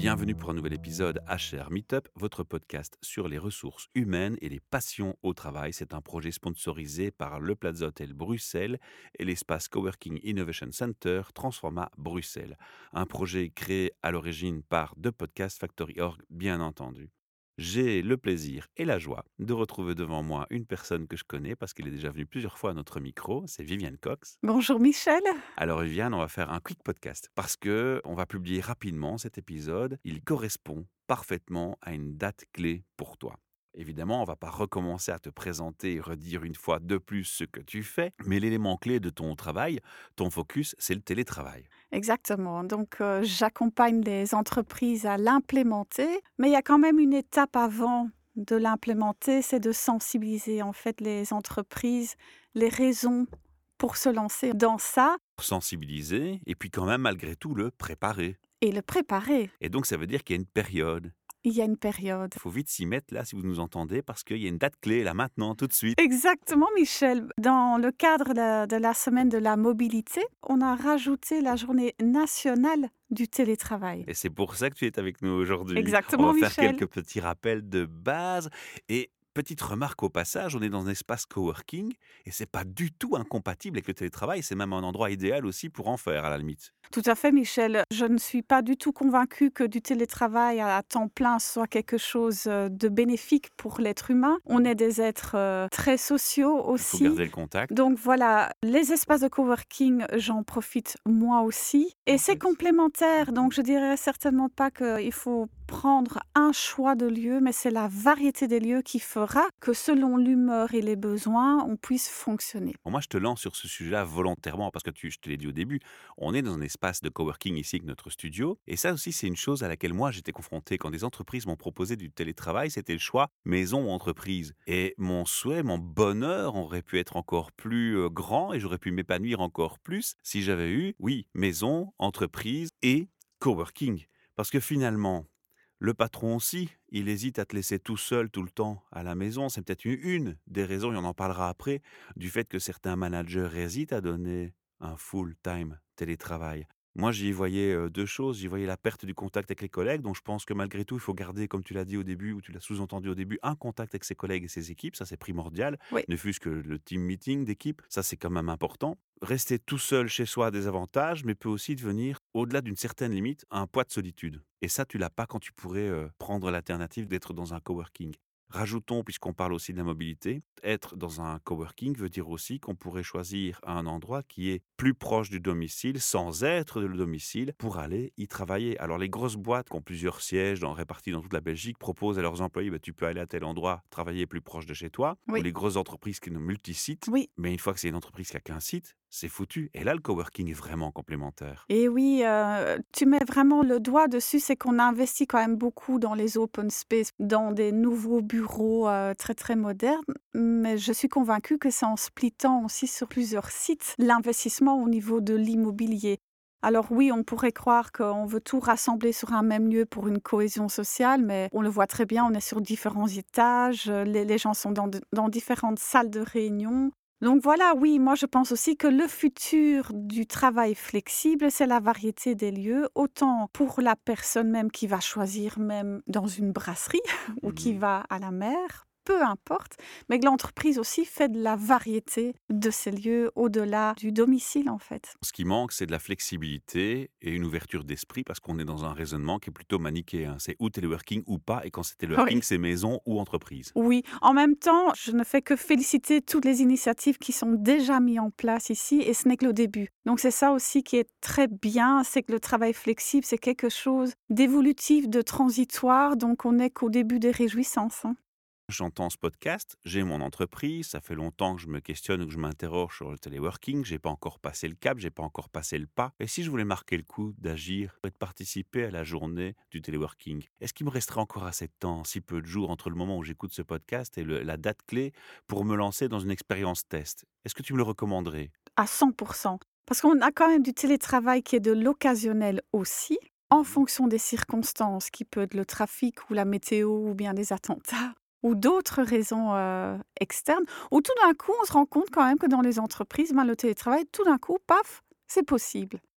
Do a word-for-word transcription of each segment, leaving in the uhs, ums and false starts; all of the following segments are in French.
Bienvenue pour un nouvel épisode H R Meetup, votre podcast sur les ressources humaines et les passions au travail. C'est un projet sponsorisé par le Plaza Hotel Bruxelles et l'espace Coworking Innovation Center Transforma Bruxelles. Un projet créé à l'origine par The Podcast Factory point org, bien entendu. J'ai le plaisir et la joie de retrouver devant moi une personne que je connais parce qu'il est déjà venu plusieurs fois à notre micro, c'est Viviane Cox. Bonjour Michel. Alors Viviane, on va faire un quick podcast parce que on va publier rapidement cet épisode. Il correspond parfaitement à une date clé pour toi. Évidemment, on va pas recommencer à te présenter et redire une fois de plus ce que tu fais, mais l'élément clé de ton travail, ton focus, c'est le télétravail. Exactement. Donc, euh, j'accompagne les entreprises à l'implémenter, mais il y a quand même une étape avant de l'implémenter, c'est de sensibiliser en fait les entreprises, les raisons pour se lancer dans ça Sensibiliser et puis quand même malgré tout le préparer. et le préparer. Et donc ça veut dire qu'il y a une période. Il y a une période. Il faut vite s'y mettre là si vous nous entendez parce qu'il y a une date clé là maintenant tout de suite. Exactement, Michel. Dans le cadre de, de la semaine de la mobilité, on a rajouté la journée nationale du télétravail. Et c'est pour ça que tu es avec nous aujourd'hui. Exactement, On va faire Michel. quelques petits rappels de base. Et petite remarque au passage, on est dans un espace coworking et c'est pas du tout incompatible avec le télétravail. C'est même un endroit idéal aussi pour en faire à la limite. Tout à fait, Michel. Je ne suis pas du tout convaincue que du télétravail à temps plein soit quelque chose euh, de bénéfique pour l'être humain. On est des êtres euh, très sociaux Il faut aussi. garder le contact. Donc voilà, les espaces de coworking, j'en profite moi aussi. Et En c'est fait. complémentaire, donc je dirais certainement pas qu'il faut prendre un choix de lieu, mais c'est la variété des lieux qui fera que selon l'humeur et les besoins, on puisse fonctionner. Bon, moi, je te lance sur ce sujet-là volontairement parce que tu, je te l'ai dit au début, on est dans un espace de coworking ici avec notre studio. Et ça aussi, c'est une chose à laquelle moi, j'étais confronté quand des entreprises m'ont proposé du télétravail. C'était le choix maison ou entreprise. Et mon souhait, mon bonheur aurait pu être encore plus euh, grand et j'aurais pu m'épanouir encore plus si j'avais eu, oui, maison, entreprise et coworking. Parce que finalement, le patron aussi, il hésite à te laisser tout seul tout le temps à la maison. C'est peut-être une, une des raisons, et on en parlera après, du fait que certains managers hésitent à donner un full-time télétravail. Moi, j'y voyais euh, deux choses. J'y voyais la perte du contact avec les collègues. Donc, je pense que malgré tout, il faut garder, comme tu l'as dit au début, ou tu l'as sous-entendu au début, un contact avec ses collègues et ses équipes. Ça, c'est primordial. Oui. Ne fût-ce que le team meeting d'équipe. Ça, c'est quand même important. Rester tout seul chez soi a des avantages, mais peut aussi devenir, au-delà d'une certaine limite, un poids de solitude. Et ça, tu l'as pas quand tu pourrais euh, prendre l'alternative d'être dans un coworking. Rajoutons, puisqu'on parle aussi de la mobilité, être dans un coworking veut dire aussi qu'on pourrait choisir un endroit qui est plus proche du domicile, sans être le domicile, pour aller y travailler. Alors les grosses boîtes qui ont plusieurs sièges dans, répartis dans toute la Belgique proposent à leurs employés, bah, tu peux aller à tel endroit, travailler plus proche de chez toi, Oui. ou les grosses entreprises qui ont multi-sites. Oui. Mais une fois que c'est une entreprise qui a qu'un site, c'est foutu. Et là, le coworking est vraiment complémentaire. Et oui, euh, tu mets vraiment le doigt dessus, c'est qu'on investit quand même beaucoup dans les open space, dans des nouveaux bureaux euh, très très modernes, mais je suis convaincue que c'est en splittant aussi sur plusieurs sites l'investissement au niveau de l'immobilier. Alors oui, on pourrait croire qu'on veut tout rassembler sur un même lieu pour une cohésion sociale, mais on le voit très bien, on est sur différents étages, euh, les, les gens sont dans, de- dans différentes salles de réunion. Donc voilà, oui, moi je pense aussi que le futur du travail flexible, c'est la variété des lieux, autant pour la personne même qui va choisir même dans une brasserie ou qui Mhm. va à la mer, peu importe, mais que l'entreprise aussi fait de la variété de ces lieux au-delà du domicile en fait. Ce qui manque, c'est de la flexibilité et une ouverture d'esprit parce qu'on est dans un raisonnement qui est plutôt manichéen. C'est ou téléworking ou pas. Et quand c'est téléworking, Oui. c'est maison ou entreprise. Oui, en même temps, je ne fais que féliciter toutes les initiatives qui sont déjà mises en place ici et ce n'est que le début. Donc c'est ça aussi qui est très bien, c'est que le travail flexible, c'est quelque chose d'évolutif, de transitoire, donc on n'est qu'au début des réjouissances, hein. J'entends ce podcast, j'ai mon entreprise, ça fait longtemps que je me questionne ou que je m'interroge sur le téléworking, j'ai pas encore passé le cap, j'ai pas encore passé le pas. Et si je voulais marquer le coup d'agir et de participer à la journée du téléworking, est-ce qu'il me resterait encore assez de temps, si peu de jours entre le moment où j'écoute ce podcast et le- la date clé pour me lancer dans une expérience test? Est-ce que tu me le recommanderais? À cent pour cent. Parce qu'on a quand même du télétravail qui est de l'occasionnel aussi, en fonction des circonstances, qui peut être le trafic ou la météo ou bien des attentats ou d'autres raisons euh, externes, où tout d'un coup, on se rend compte quand même que dans les entreprises, ben, le télétravail, tout d'un coup, paf, c'est possible.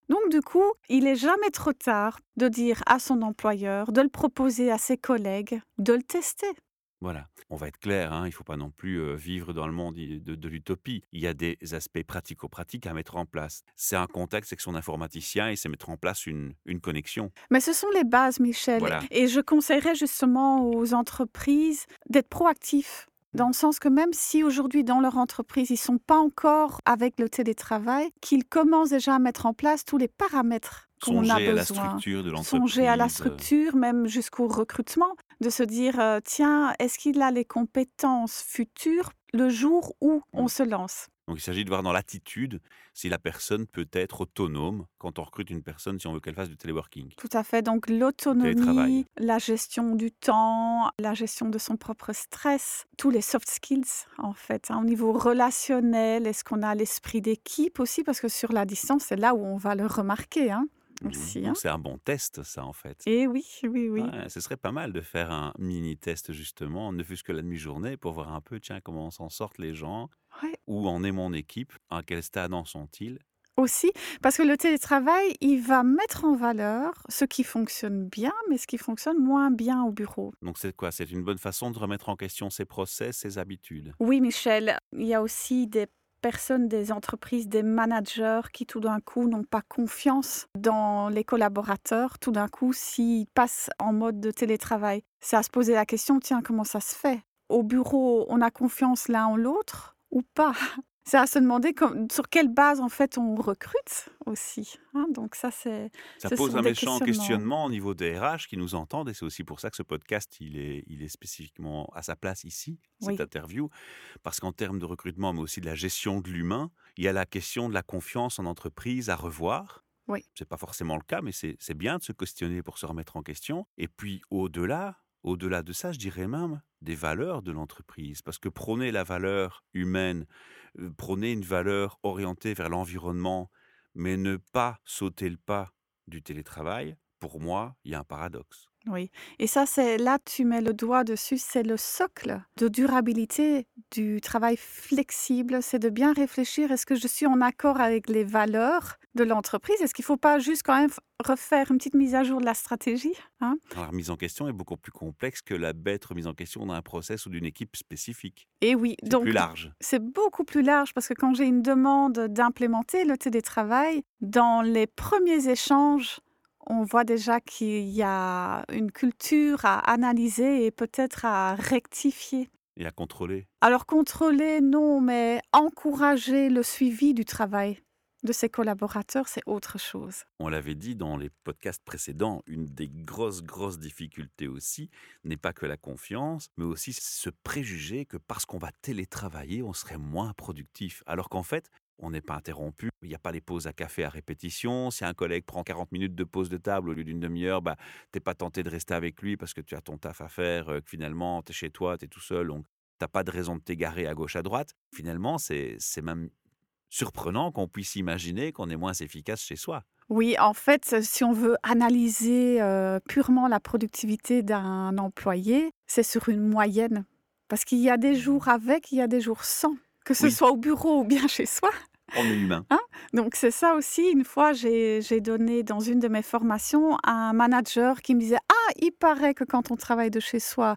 Donc du coup, il est jamais trop tard de dire à son employeur, de le proposer à ses collègues, de le tester. Voilà, on va être clair, hein, il ne faut pas non plus euh, vivre dans le monde i- de, de l'utopie. Il y a des aspects pratico-pratiques à mettre en place. C'est un contact avec son informaticien et c'est mettre en place une, une connexion. Mais ce sont les bases, Michel. Voilà. Et je conseillerais justement aux entreprises d'être proactifs. Dans le sens que même si aujourd'hui dans leur entreprise, ils ne sont pas encore avec le télétravail, qu'ils commencent déjà à mettre en place tous les paramètres qu'on a Songer à la besoin. structure de Songer à la l'entreprise. euh, structure, même jusqu'au recrutement, de se dire, euh, tiens, est-ce qu'il a les compétences futures le jour où on mm. se lance? Donc il s'agit de voir dans l'attitude si la personne peut être autonome quand on recrute une personne, si on veut qu'elle fasse du téléworking, Tout à fait. Donc du télétravail. l'autonomie, la gestion du temps, la gestion de son propre stress, tous les soft skills en fait, hein, au niveau relationnel. Est-ce qu'on a l'esprit d'équipe aussi? Parce que sur la distance, c'est là où on va le remarquer, hein, Mhm. aussi, Donc hein. c'est un bon test, ça, en fait. Et oui, oui, oui. Ouais, ce serait pas mal de faire un mini-test, justement, ne fût-ce que la demi-journée, pour voir un peu, tiens, comment s'en sortent les gens, Ouais, où en est mon équipe, à quel stade en sont-ils. aussi, parce que le télétravail, il va mettre en valeur ce qui fonctionne bien, mais ce qui fonctionne moins bien au bureau. Donc c'est quoi? C'est une bonne façon de remettre en question ses process, ses habitudes. Oui, Michel, il y a aussi des personnes, des entreprises, des managers qui tout d'un coup n'ont pas confiance dans les collaborateurs. Tout d'un coup, s'ils passent en mode de télétravail, c'est à se poser la question, tiens, comment ça se fait? Au bureau, on a confiance l'un en l'autre ou pas? C'est à se demander com- sur quelle base en fait on recrute aussi, hein. Donc ça, c'est, Ça ce pose sont un des méchant questionnements. questionnement au niveau des R H qui nous entendent et c'est aussi pour ça que ce podcast, il est, il est spécifiquement à sa place ici, cette Oui, interview, parce qu'en termes de recrutement, mais aussi de la gestion de l'humain, il y a la question de la confiance en entreprise à revoir. oui, C'est pas forcément le cas, mais c'est c'est bien de se questionner pour se remettre en question. Et puis au-delà, au-delà de ça, je dirais même des valeurs de l'entreprise, parce que prôner la valeur humaine, euh, prôner une valeur orientée vers l'environnement, mais ne pas sauter le pas du télétravail, pour moi, il y a un paradoxe. oui. Et ça, c'est là, tu mets le doigt dessus, c'est le socle de durabilité du travail flexible. C'est de bien réfléchir, est-ce que je suis en accord avec les valeurs de l'entreprise? Est-ce qu'il ne faut pas juste quand même f- refaire une petite mise à jour de la stratégie, hein? Alors, la remise en question est beaucoup plus complexe que la bête remise en question d'un process ou d'une équipe spécifique. Et oui, C'est plus donc large. c'est beaucoup plus large parce que quand j'ai une demande d'implémenter le télétravail, dans les premiers échanges, on voit déjà qu'il y a une culture à analyser et peut-être à rectifier. Et à contrôler. Alors contrôler, non, mais encourager le suivi du travail de ses collaborateurs, c'est autre chose. On l'avait dit dans les podcasts précédents, une des grosses, grosses difficultés aussi n'est pas que la confiance, mais aussi ce préjugé que parce qu'on va télétravailler, on serait moins productif. Alors qu'en fait, on n'est pas interrompu, il n'y a pas les pauses à café à répétition. Si un collègue prend quarante minutes de pause de table au lieu d'une demi-heure, bah, t'es pas tenté de rester avec lui parce que tu as ton taf à faire, euh, que finalement, tu es chez toi, tu es tout seul, donc t'as pas de raison de t'égarer à gauche, à droite. Finalement, c'est c'est même surprenant qu'on puisse imaginer qu'on est moins efficace chez soi. Oui, en fait, euh, si on veut analyser euh, purement la productivité d'un employé, c'est sur une moyenne. Parce qu'il y a des jours avec, il y a des jours sans, que ce Oui, soit au bureau ou bien chez soi, on est humain. hein. Donc c'est ça aussi. Une fois, j'ai j'ai donné dans une de mes formations à un manager qui me disait, ah, il paraît que quand on travaille de chez soi,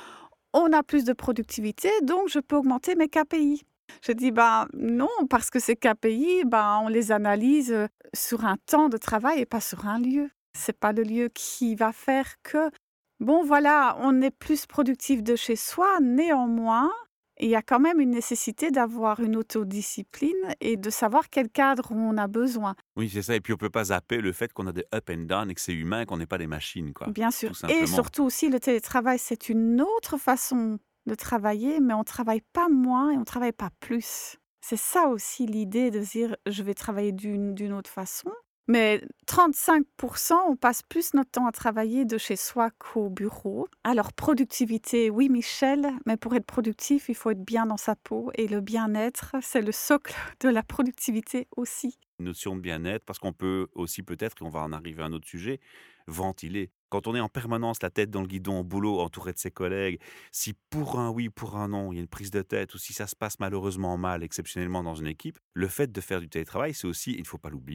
on a plus de productivité, donc je peux augmenter mes K P I. Je dis, ben non, parce que ces K P I, ben, on les analyse euh, sur un temps de travail et pas sur un lieu. C'est pas le lieu qui va faire que, bon, voilà, on est plus productif de chez soi. Néanmoins, il y a quand même une nécessité d'avoir une autodiscipline et de savoir quel cadre on a besoin. Oui, c'est ça. Et puis, on peut pas zapper le fait qu'on a des up and down et que c'est humain, qu'on n'est pas des machines, quoi. Bien sûr. Tout Et simplement. surtout aussi, le télétravail, c'est une autre façon de travailler, mais on travaille pas moins et on travaille pas plus. C'est ça aussi l'idée de se dire, je vais travailler d'une d'une autre façon. Mais trente-cinq pour cent, on passe plus notre temps à travailler de chez soi qu'au bureau. Alors, productivité, oui, Michel, mais pour être productif, il faut être bien dans sa peau. Et le bien-être, c'est le socle de la productivité aussi. Une notion de bien-être, parce qu'on peut aussi peut-être, et on va en arriver à un autre sujet, ventiler. Quand on est en permanence la tête dans le guidon au boulot, entouré de ses collègues, si pour un oui, pour un non, il y a une prise de tête, ou si ça se passe malheureusement mal, exceptionnellement dans une équipe, le fait de faire du télétravail, c'est aussi, il ne faut pas l'oublier,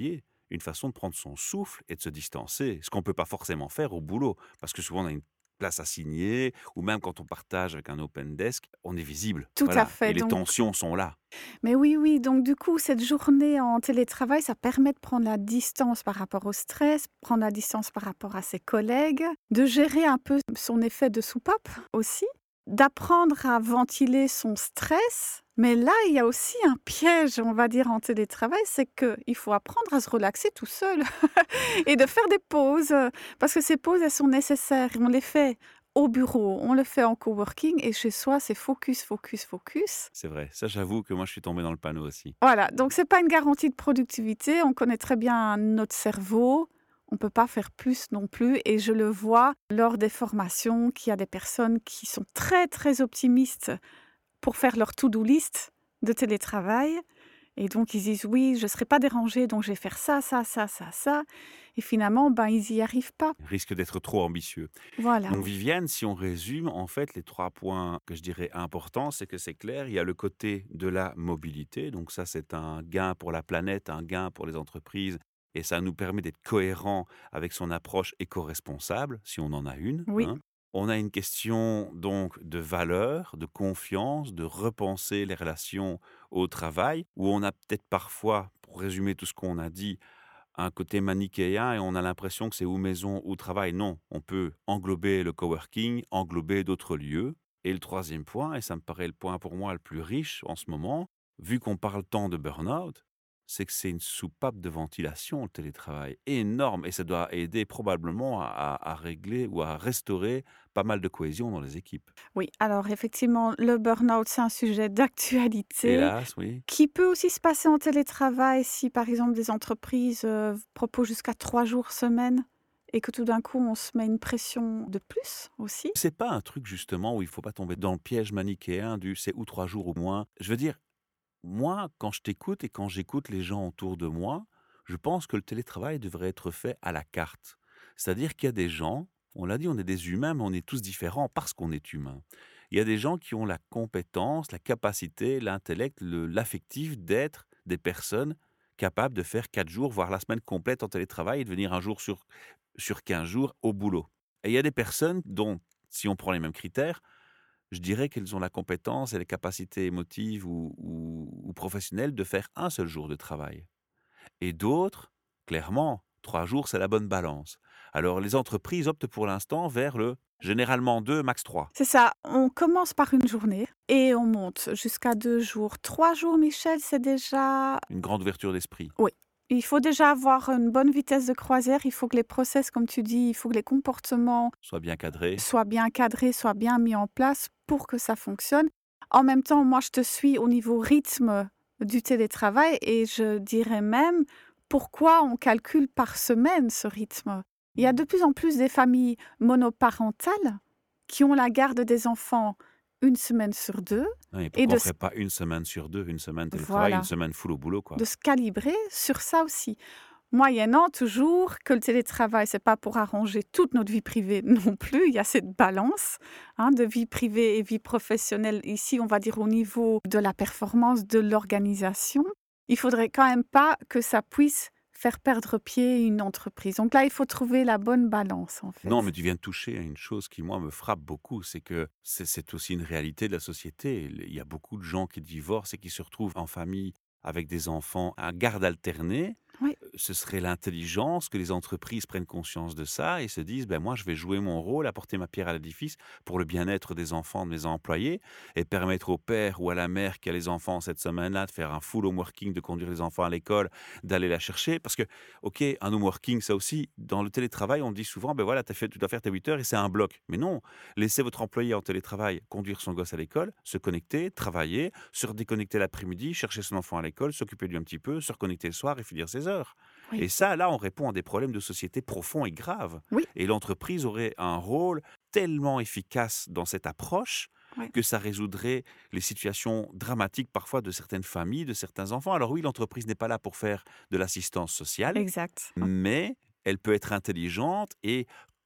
une façon de prendre son souffle et de se distancer, ce qu'on ne peut pas forcément faire au boulot. Parce que souvent, on a une place assignée, ou même quand on partage avec un open desk, on est visible. Tout à Voilà. Et fait, les donc tensions sont là. mais oui, oui, donc du coup, cette journée en télétravail, ça permet de prendre la distance par rapport au stress, prendre la distance par rapport à ses collègues, de gérer un peu son effet de soupape aussi, d'apprendre à ventiler son stress. Mais là, il y a aussi un piège, on va dire, en télétravail, c'est qu'il faut apprendre à se relaxer tout seul et de faire des pauses, euh, parce que ces pauses, elles sont nécessaires. On les fait au bureau, on le fait en coworking et chez soi, c'est focus, focus, focus. C'est vrai. Ça, j'avoue que moi, je suis tombé dans le panneau aussi. Voilà, donc c'est pas une garantie de productivité. On connaît très bien notre cerveau. On peut pas faire plus non plus. Et je le vois lors des formations qu'il y a des personnes qui sont très, très optimistes pour faire leur to-do list de télétravail. Et donc, ils disent oui, je ne serai pas dérangée, donc je vais faire ça, ça, ça, ça, ça. Et finalement, ben, ils n'y arrivent pas. Risque d'être trop ambitieux. Voilà. Donc Viviane, si on résume, en fait, les trois points que je dirais importants, c'est que c'est clair, il y a le côté de la mobilité. Donc ça, c'est un gain pour la planète, un gain pour les entreprises. Et ça nous permet d'être cohérent avec son approche éco-responsable, si on en a une. Oui, Hein. On a une question donc de valeur, de confiance, de repenser les relations au travail, où on a peut-être parfois, pour résumer tout ce qu'on a dit, un côté manichéen et on a l'impression que c'est ou maison ou travail. Non, on peut englober le coworking, englober d'autres lieux. Et le troisième point, et ça me paraît le point pour moi le plus riche en ce moment, vu qu'on parle tant de burn-out, c'est que c'est une soupape de ventilation, le télétravail, énorme. Et ça doit aider probablement à, à- à régler ou à restaurer pas mal de cohésion dans les équipes. oui. Alors effectivement, le burn-out, c'est un sujet d'actualité. Hélas, oui. Qui peut aussi se passer en télétravail si, par exemple, des entreprises, heu, proposent jusqu'à trois jours semaine et que tout d'un coup, on se met une pression de plus aussi. C'est pas un truc justement où il faut pas tomber dans le piège manichéen du c'est ou trois jours ou moins. Je veux dire, moi, quand je t'écoute et quand j'écoute les gens autour de moi, je pense que le télétravail devrait être fait à la carte. C'est-à-dire qu'il y a des gens, on l'a dit, on est des humains, mais on est tous différents parce qu'on est humain. Il y a des gens qui ont la compétence, la capacité, l'intellect, le- l'affectif d'être des personnes capables de faire quatre jours, voire la semaine complète en télétravail et de venir un jour sur, sur quinze jours au boulot. Et il y a des personnes dont, si on prend les mêmes critères, je dirais qu'elles ont la compétence et les capacités émotives ou, ou- ou professionnelles de faire un seul jour de travail. Et d'autres, clairement, trois jours, c'est la bonne balance. Alors les entreprises optent pour l'instant vers le généralement deux, max trois. C'est ça, on commence par une journée et on monte jusqu'à deux jours. Trois jours, Michel, c'est déjà Une grande ouverture d'esprit, oui. Il faut déjà avoir une bonne vitesse de croisière. Il faut que les process, comme tu dis, il faut que les comportements soit bien cadré. soient bien cadrés, soient bien mis en place pour que ça fonctionne. En même temps, moi, je te suis au niveau rythme du télétravail et je dirais même pourquoi on calcule par semaine ce rythme. Il y a de plus en plus des familles monoparentales qui ont la garde des enfants une semaine sur deux Hein, et et pourquoi de on se, ferait pas une semaine sur deux, une semaine télétravail, une voilà, semaine full au boulot, de quoi. se calibrer sur ça aussi. Moyennant toujours que le télétravail, c'est pas pour arranger toute notre vie privée non plus. Il y a cette balance hein, de vie privée et vie professionnelle. Ici, on va dire au niveau de la performance, de l'organisation. Il faudrait quand même pas que ça puisse faire perdre pied à une entreprise. Donc là, il faut trouver la bonne balance, en Non, mais fait. tu viens de toucher à une chose qui, moi, me frappe beaucoup, c'est que c'est c'est aussi une réalité de la société. Il y a beaucoup de gens qui divorcent et qui se retrouvent en famille avec des enfants à garde alternée. Oui, Euh, Ce serait l'intelligence que les entreprises prennent conscience de ça et se disent, ben moi, je vais jouer mon rôle, apporter ma pierre à l'édifice pour le bien-être des enfants de mes employés et permettre au père ou à la mère qui a les enfants cette semaine-là de faire un full homeworking, de conduire les enfants à l'école, d'aller la chercher. Parce que, OK, un homeworking, ça aussi, dans le télétravail, on dit souvent, ben voilà, t'as fait, tu dois faire tes huit heures et c'est un bloc. Mais non, laissez votre employé en télétravail conduire son gosse à l'école, se connecter, travailler, se redéconnecter l'après-midi, chercher son enfant à l'école, s'occuper de lui un petit peu, se reconnecter le soir et finir ses heures. oui, Et ça, là, on répond à des problèmes de société profonds et graves. oui, Et l'entreprise aurait un rôle tellement efficace dans cette approche oui, que ça résoudrait les situations dramatiques parfois de certaines familles, de certains enfants. Alors oui, l'entreprise n'est pas là pour faire de l'assistance sociale, exact. mais elle peut être intelligente et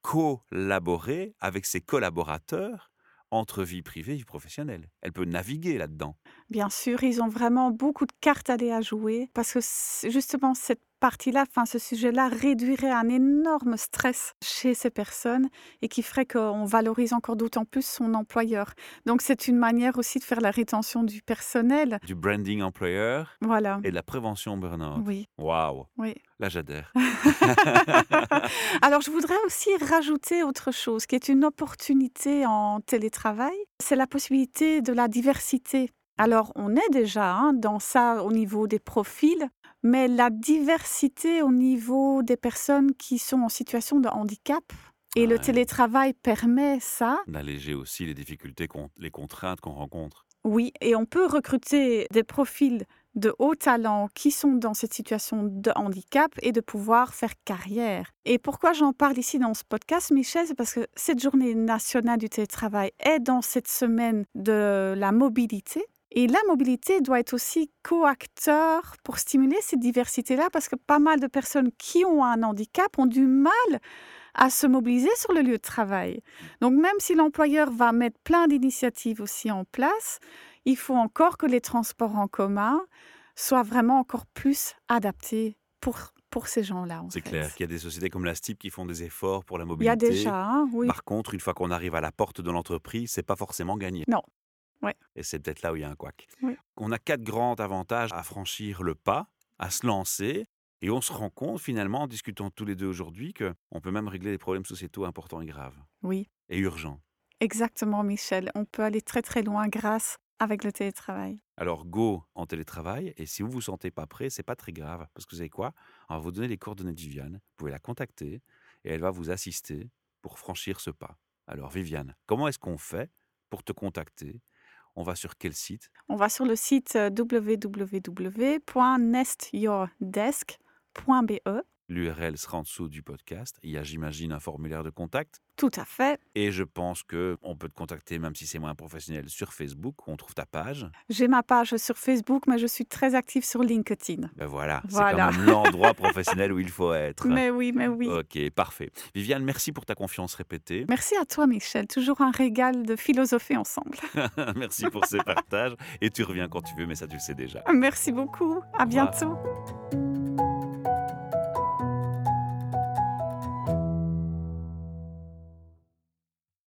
collaborer avec ses collaborateurs entre vie privée et vie professionnelle. Elle peut naviguer là-dedans. Bien sûr, ils ont vraiment beaucoup de cartes à aller à jouer parce que c'est justement cette partie-là, enfin ce sujet-là réduirait un énorme stress chez ces personnes et qui ferait qu'on valorise encore d'autant plus son employeur. Donc c'est une manière aussi de faire la rétention du personnel. Du branding employeur Voilà. et de la prévention burn-out. Oui, Waouh! oui. Là, j'adhère. Alors, je voudrais aussi rajouter autre chose qui est une opportunité en télétravail, c'est la possibilité de la diversité. Alors, on est déjà hein, dans ça au niveau des profils, mais la diversité au niveau des personnes qui sont en situation de handicap, et le Ouais. télétravail permet ça, D'alléger aussi les difficultés, qu'on- les contraintes qu'on rencontre. oui, et on peut recruter des profils de haut talent qui sont dans cette situation de handicap et de pouvoir faire carrière. Et pourquoi j'en parle ici dans ce podcast, Michel, c'est parce que cette journée nationale du télétravail est dans cette semaine de la mobilité. Et la mobilité doit être aussi coacteur pour stimuler cette diversité-là parce que pas mal de personnes qui ont un handicap ont du mal à se mobiliser sur le lieu de travail. Donc même si l'employeur va mettre plein d'initiatives aussi en place, il faut encore que les transports en commun soient vraiment encore plus adaptés pour, pour ces gens-là. En C'est fait. clair qu'il y a des sociétés comme la STIP qui font des efforts pour la Il y mobilité. a déjà, hein, oui. Par contre, une fois qu'on arrive à la porte de l'entreprise, c'est pas forcément gagné. Non. Ouais. Et c'est peut-être là où il y a un couac. Oui. On a quatre grands avantages à franchir le pas, à se lancer. Et on se rend compte finalement, en discutant tous les deux aujourd'hui, qu'on peut même régler des problèmes sociétaux importants et graves. Oui, Et urgents. exactement, Michel. On peut aller très très loin grâce avec le télétravail. Alors go en télétravail, et si vous vous sentez pas prêt, c'est pas très grave, parce que vous savez quoi? On va vous donner les coordonnées de Viviane, vous pouvez la contacter, et elle va vous assister pour franchir ce pas. Alors Viviane, comment est-ce qu'on fait pour te contacter? On va sur quel site? On va sur le site euh, w w w point nest your desk point b e. L'U R L sera en dessous du podcast, il y a j'imagine un formulaire de contact, Tout à fait. et je pense qu'on peut te contacter, même si c'est moins professionnel, sur Facebook, où on trouve ta page. J'ai ma page sur Facebook, mais je suis très active sur LinkedIn. Ben voilà, Voilà. c'est quand même l'endroit professionnel où il faut être. Mais oui, mais oui. Ok, parfait. Viviane, merci pour ta confiance répétée. Merci à toi, Michel. Toujours un régal de philosopher ensemble. Merci pour ces partages. Et tu reviens quand tu veux, mais ça, tu le sais déjà. Merci beaucoup. À Au revoir. bientôt.